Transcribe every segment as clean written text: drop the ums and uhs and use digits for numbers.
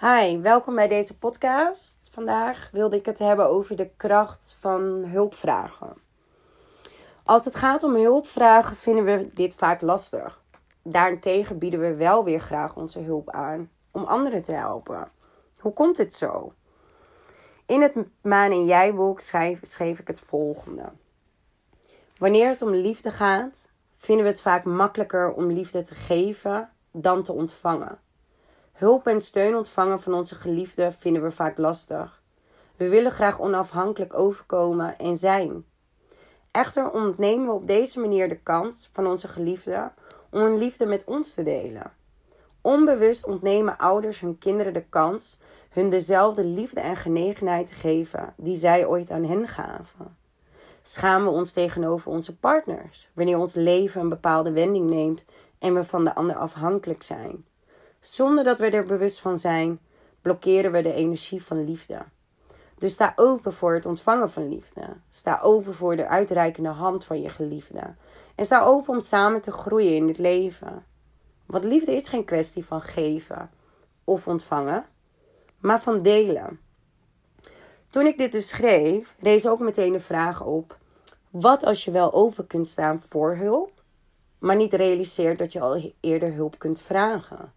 Hi, welkom bij deze podcast. Vandaag wilde ik het hebben over de kracht van hulpvragen. Als het gaat om hulpvragen vinden we dit vaak lastig. Daarentegen bieden we wel weer graag onze hulp aan om anderen te helpen. Hoe komt dit zo? In het Maan en Jij boek schreef ik het volgende. Wanneer het om liefde gaat, vinden we het vaak makkelijker om liefde te geven dan te ontvangen. Hulp en steun ontvangen van onze geliefden vinden we vaak lastig. We willen graag onafhankelijk overkomen en zijn. Echter ontnemen we op deze manier de kans van onze geliefden om hun liefde met ons te delen. Onbewust ontnemen ouders hun kinderen de kans hun dezelfde liefde en genegenheid te geven die zij ooit aan hen gaven. Schamen we ons tegenover onze partners wanneer ons leven een bepaalde wending neemt en we van de ander afhankelijk zijn. Zonder dat we er bewust van zijn, blokkeren we de energie van liefde. Dus sta open voor het ontvangen van liefde. Sta open voor de uitreikende hand van je geliefde. En sta open om samen te groeien in het leven. Want liefde is geen kwestie van geven of ontvangen, maar van delen. Toen ik dit dus schreef, rees ook meteen de vraag op: wat als je wel open kunt staan voor hulp, maar niet realiseert dat je al eerder hulp kunt vragen?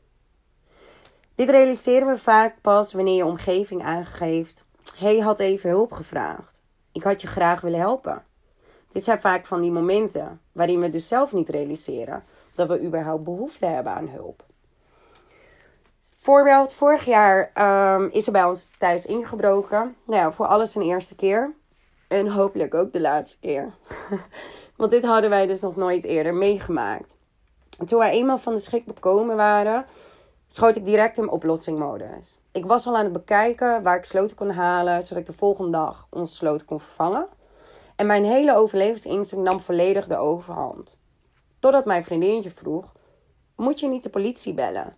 Dit realiseren we vaak pas wanneer je omgeving aangeeft: hey, had even hulp gevraagd. Ik had je graag willen helpen. Dit zijn vaak van die momenten waarin we dus zelf niet realiseren dat we überhaupt behoefte hebben aan hulp. Voorbeeld, vorig jaar is er bij ons thuis ingebroken. Nou ja, voor alles een eerste keer. En hopelijk ook de laatste keer. Want dit hadden wij dus nog nooit eerder meegemaakt. En toen wij eenmaal van de schrik bekomen waren, schoot ik direct in oplossingmodus. Ik was al aan het bekijken waar ik sloten kon halen, zodat ik de volgende dag onze sloten kon vervangen. En mijn hele overlevingsinstinct nam volledig de overhand. Totdat mijn vriendinnetje vroeg: moet je niet de politie bellen?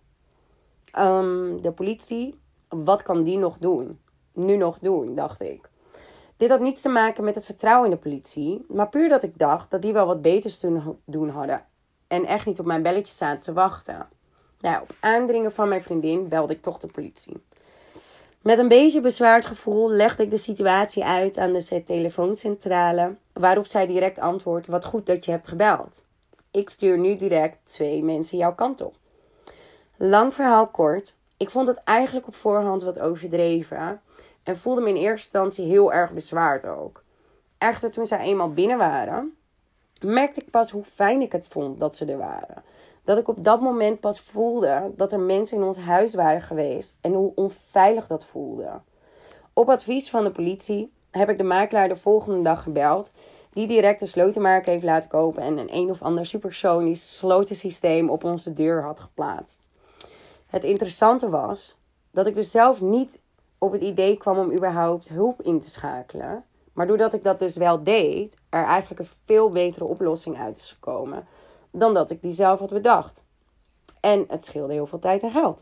De politie, wat kan die nog doen? Nu nog doen, dacht ik. Dit had niets te maken met het vertrouwen in de politie, maar puur dat ik dacht dat die wel wat beters te doen hadden en echt niet op mijn belletjes zaten te wachten. Nou, op aandringen van mijn vriendin belde ik toch de politie. Met een beetje bezwaard gevoel legde ik de situatie uit aan de telefooncentrale, waarop zij direct antwoordt: wat goed dat je hebt gebeld. Ik stuur nu direct 2 mensen jouw kant op. Lang verhaal kort, ik vond het eigenlijk op voorhand wat overdreven en voelde me in eerste instantie heel erg bezwaard ook. Echter, toen zij eenmaal binnen waren, merkte ik pas hoe fijn ik het vond dat ze er waren. Dat ik op dat moment pas voelde dat er mensen in ons huis waren geweest en hoe onveilig dat voelde. Op advies van de politie heb ik de makelaar de volgende dag gebeld, die direct een slotenmaker heeft laten kopen en een of ander supersonisch slotensysteem op onze deur had geplaatst. Het interessante was dat ik dus zelf niet op het idee kwam om überhaupt hulp in te schakelen. Maar doordat ik dat dus wel deed, er eigenlijk een veel betere oplossing uit is gekomen dan dat ik die zelf had bedacht. En het scheelde heel veel tijd en geld.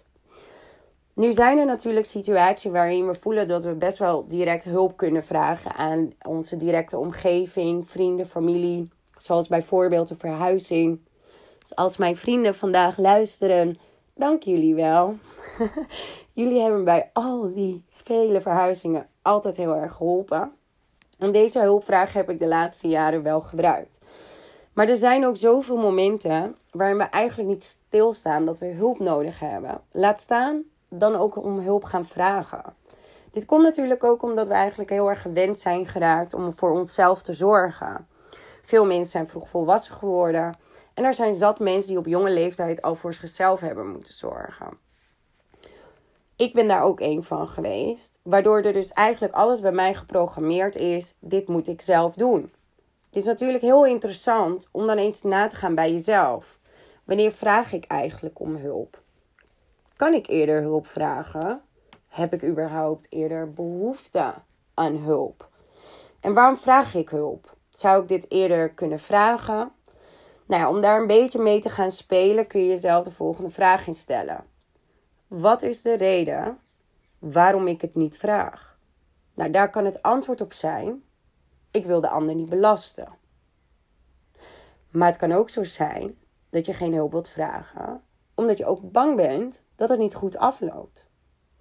Nu zijn er natuurlijk situaties waarin we voelen dat we best wel direct hulp kunnen vragen aan onze directe omgeving, vrienden, familie. Zoals bijvoorbeeld een verhuizing. Dus als mijn vrienden vandaag luisteren, dank jullie wel. Jullie hebben bij al die vele verhuizingen altijd heel erg geholpen. En deze hulpvraag heb ik de laatste jaren wel gebruikt. Maar er zijn ook zoveel momenten waarin we eigenlijk niet stilstaan dat we hulp nodig hebben. Laat staan dan ook om hulp gaan vragen. Dit komt natuurlijk ook omdat we eigenlijk heel erg gewend zijn geraakt om voor onszelf te zorgen. Veel mensen zijn vroeg volwassen geworden. En er zijn zat mensen die op jonge leeftijd al voor zichzelf hebben moeten zorgen. Ik ben daar ook een van geweest. Waardoor er dus eigenlijk alles bij mij geprogrammeerd is: dit moet ik zelf doen. Het is natuurlijk heel interessant om dan eens na te gaan bij jezelf. Wanneer vraag ik eigenlijk om hulp? Kan ik eerder hulp vragen? Heb ik überhaupt eerder behoefte aan hulp? En waarom vraag ik hulp? Zou ik dit eerder kunnen vragen? Nou ja, om daar een beetje mee te gaan spelen kun je jezelf de volgende vraag instellen. Wat is de reden waarom ik het niet vraag? Nou, daar kan het antwoord op zijn: ik wil de ander niet belasten. Maar het kan ook zo zijn dat je geen hulp wilt vragen, omdat je ook bang bent dat het niet goed afloopt.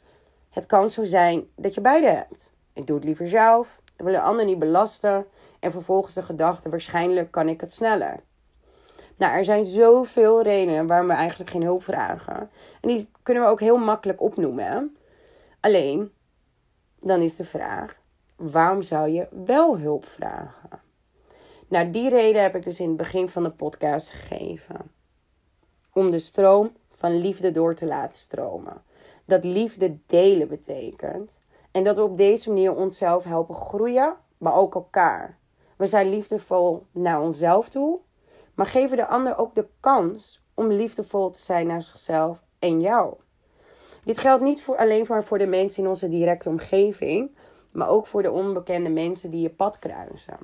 Het kan zo zijn dat je beide hebt. Ik doe het liever zelf, ik wil de ander niet belasten en vervolgens de gedachte, waarschijnlijk kan ik het sneller. Nou, er zijn zoveel redenen waarom we eigenlijk geen hulp vragen. En die kunnen we ook heel makkelijk opnoemen. Hè? Alleen, dan is de vraag, waarom zou je wel hulp vragen? Nou, die reden heb ik dus in het begin van de podcast gegeven. Om de stroom van liefde door te laten stromen. Dat liefde delen betekent. En dat we op deze manier onszelf helpen groeien, maar ook elkaar. We zijn liefdevol naar onszelf toe, maar geven de ander ook de kans om liefdevol te zijn naar zichzelf en jou. Dit geldt niet alleen maar voor de mensen in onze directe omgeving, maar ook voor de onbekende mensen die je pad kruisen.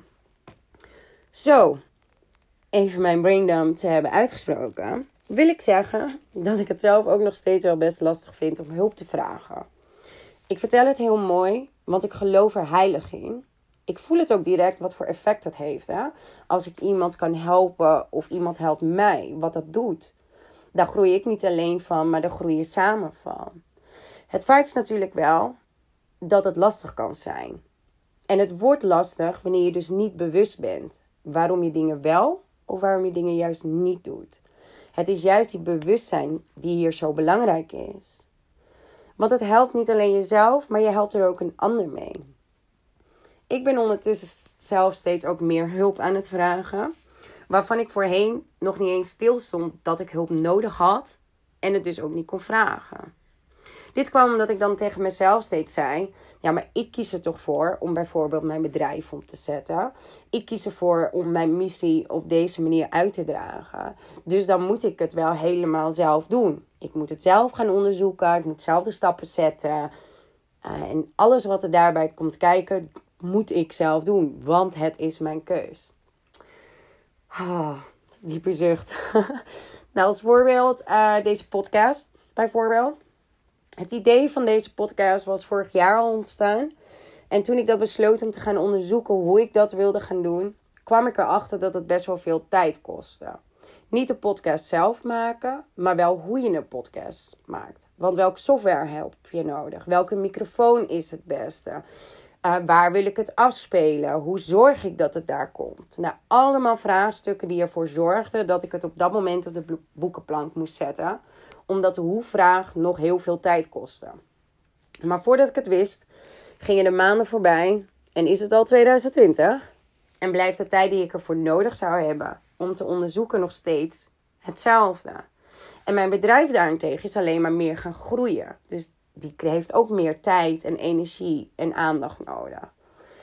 Zo, even mijn braindump te hebben uitgesproken, wil ik zeggen dat ik het zelf ook nog steeds wel best lastig vind om hulp te vragen. Ik vertel het heel mooi, want ik geloof er heilig in. Ik voel het ook direct wat voor effect het heeft. Hè? Als ik iemand kan helpen of iemand helpt mij, wat dat doet. Daar groei ik niet alleen van, maar daar groei je samen van. Het feit is natuurlijk wel dat het lastig kan zijn. En het wordt lastig wanneer je dus niet bewust bent waarom je dingen wel of waarom je dingen juist niet doet. Het is juist die bewustzijn die hier zo belangrijk is. Want het helpt niet alleen jezelf, maar je helpt er ook een ander mee. Ik ben ondertussen zelf steeds ook meer hulp aan het vragen. Waarvan ik voorheen nog niet eens stilstond dat ik hulp nodig had. En het dus ook niet kon vragen. Dit kwam omdat ik dan tegen mezelf steeds zei. Ja, maar ik kies er toch voor om bijvoorbeeld mijn bedrijf op te zetten. Ik kies ervoor om mijn missie op deze manier uit te dragen. Dus dan moet ik het wel helemaal zelf doen. Ik moet het zelf gaan onderzoeken. Ik moet zelf de stappen zetten. En alles wat er daarbij komt kijken, moet ik zelf doen. Want het is mijn keus. Diepe zucht. Nou, als voorbeeld deze podcast bijvoorbeeld. Het idee van deze podcast was vorig jaar al ontstaan. En toen ik dat besloot om te gaan onderzoeken hoe ik dat wilde gaan doen, kwam ik erachter dat het best wel veel tijd kostte. Niet de podcast zelf maken, maar wel hoe je een podcast maakt. Want welke software heb je nodig? Welke microfoon is het beste? Waar wil ik het afspelen? Hoe zorg ik dat het daar komt? Nou, allemaal vraagstukken die ervoor zorgden dat ik het op dat moment op de boekenplank moest zetten. Omdat de hoe-vraag nog heel veel tijd kostte. Maar voordat ik het wist, gingen de maanden voorbij en is het al 2020. En blijft de tijd die ik ervoor nodig zou hebben om te onderzoeken nog steeds hetzelfde. En mijn bedrijf daarentegen is alleen maar meer gaan groeien. Dus die heeft ook meer tijd en energie en aandacht nodig.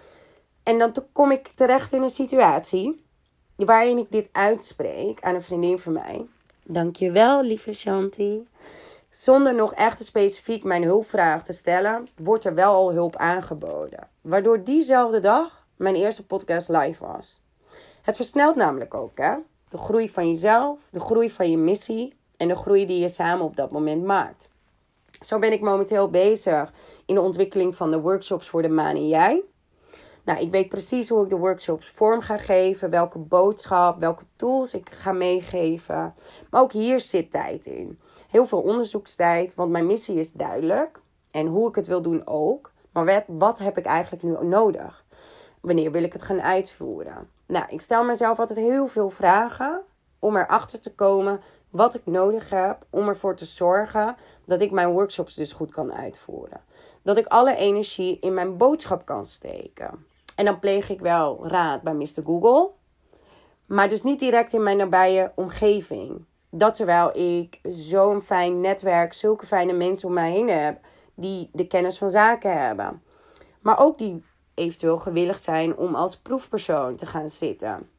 En dan kom ik terecht in een situatie waarin ik dit uitspreek aan een vriendin van mij. Dankjewel, lieve Shanti. Zonder nog echt specifiek mijn hulpvraag te stellen, wordt er wel al hulp aangeboden. Waardoor diezelfde dag mijn eerste podcast live was. Het versnelt namelijk ook, hè? De groei van jezelf, de groei van je missie en de groei die je samen op dat moment maakt. Zo ben ik momenteel bezig in de ontwikkeling van de workshops voor de Maan en Jij. Nou, ik weet precies hoe ik de workshops vorm ga geven, welke boodschap, welke tools ik ga meegeven. Maar ook hier zit tijd in. Heel veel onderzoekstijd, want mijn missie is duidelijk. En hoe ik het wil doen ook. Maar wat heb ik eigenlijk nu nodig? Wanneer wil ik het gaan uitvoeren? Nou, ik stel mezelf altijd heel veel vragen om erachter te komen wat ik nodig heb om ervoor te zorgen dat ik mijn workshops dus goed kan uitvoeren. Dat ik alle energie in mijn boodschap kan steken. En dan pleeg ik wel raad bij Mr. Google. Maar dus niet direct in mijn nabije omgeving. Dat terwijl ik zo'n fijn netwerk, zulke fijne mensen om mij heen heb. Die de kennis van zaken hebben. Maar ook die eventueel gewillig zijn om als proefpersoon te gaan zitten.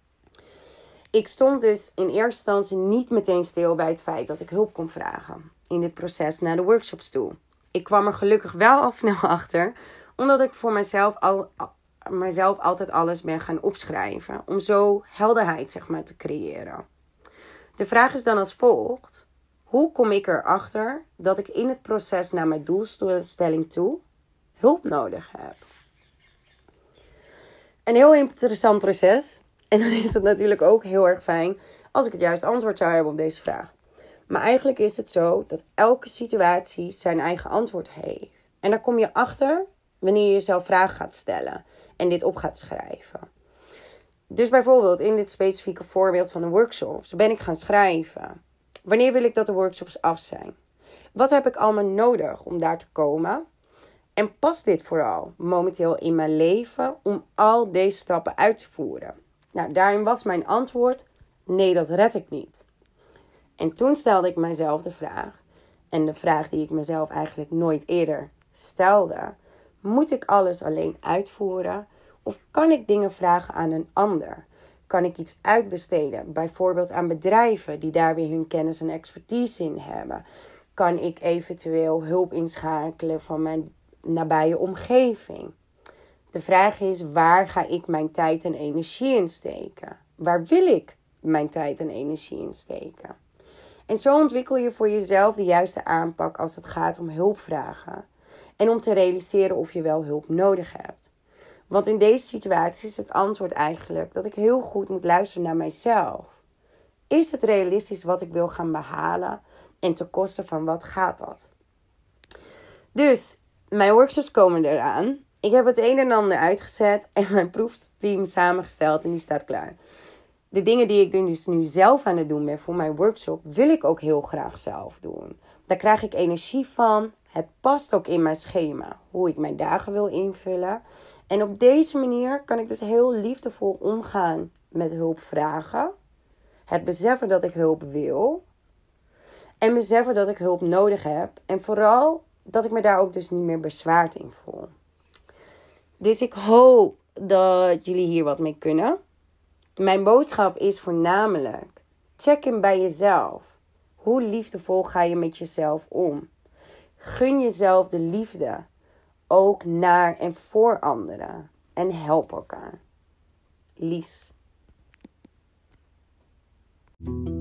Ik stond dus in eerste instantie niet meteen stil bij het feit dat ik hulp kon vragen. In dit proces naar de workshops toe. Ik kwam er gelukkig wel al snel achter. Omdat ik voor mezelf altijd alles ben gaan opschrijven. Om zo helderheid te creëren. De vraag is dan als volgt. Hoe kom ik erachter dat ik in het proces naar mijn doelstelling toe hulp nodig heb? Een heel interessant proces. En dan is het natuurlijk ook heel erg fijn als ik het juiste antwoord zou hebben op deze vraag. Maar eigenlijk is het zo dat elke situatie zijn eigen antwoord heeft. En daar kom je achter wanneer je jezelf vragen gaat stellen en dit op gaat schrijven. Dus bijvoorbeeld in dit specifieke voorbeeld van de workshops ben ik gaan schrijven. Wanneer wil ik dat de workshops af zijn? Wat heb ik allemaal nodig om daar te komen? En past dit vooral momenteel in mijn leven om al deze stappen uit te voeren? Nou, daarin was mijn antwoord: nee, dat red ik niet. En toen stelde ik mijzelf de vraag, en de vraag die ik mezelf eigenlijk nooit eerder stelde: moet ik alles alleen uitvoeren? Of kan ik dingen vragen aan een ander? Kan ik iets uitbesteden, bijvoorbeeld aan bedrijven die daar weer hun kennis en expertise in hebben? Kan ik eventueel hulp inschakelen van mijn nabije omgeving? De vraag is, waar ga ik mijn tijd en energie in steken? Waar wil ik mijn tijd en energie in steken? En zo ontwikkel je voor jezelf de juiste aanpak als het gaat om hulpvragen. En om te realiseren of je wel hulp nodig hebt. Want in deze situatie is het antwoord eigenlijk dat ik heel goed moet luisteren naar mijzelf. Is het realistisch wat ik wil gaan behalen? En ten koste van wat gaat dat? Dus, mijn workshops komen eraan. Ik heb het een en ander uitgezet en mijn proefteam samengesteld en die staat klaar. De dingen die ik dus nu zelf aan het doen ben voor mijn workshop, wil ik ook heel graag zelf doen. Daar krijg ik energie van. Het past ook in mijn schema, hoe ik mijn dagen wil invullen. En op deze manier kan ik dus heel liefdevol omgaan met hulpvragen. Het beseffen dat ik hulp wil. En beseffen dat ik hulp nodig heb. En vooral dat ik me daar ook dus niet meer bezwaard in voel. Dus ik hoop dat jullie hier wat mee kunnen. Mijn boodschap is voornamelijk: check in bij jezelf. Hoe liefdevol ga je met jezelf om? Gun jezelf de liefde. Ook naar en voor anderen. En help elkaar. Lies.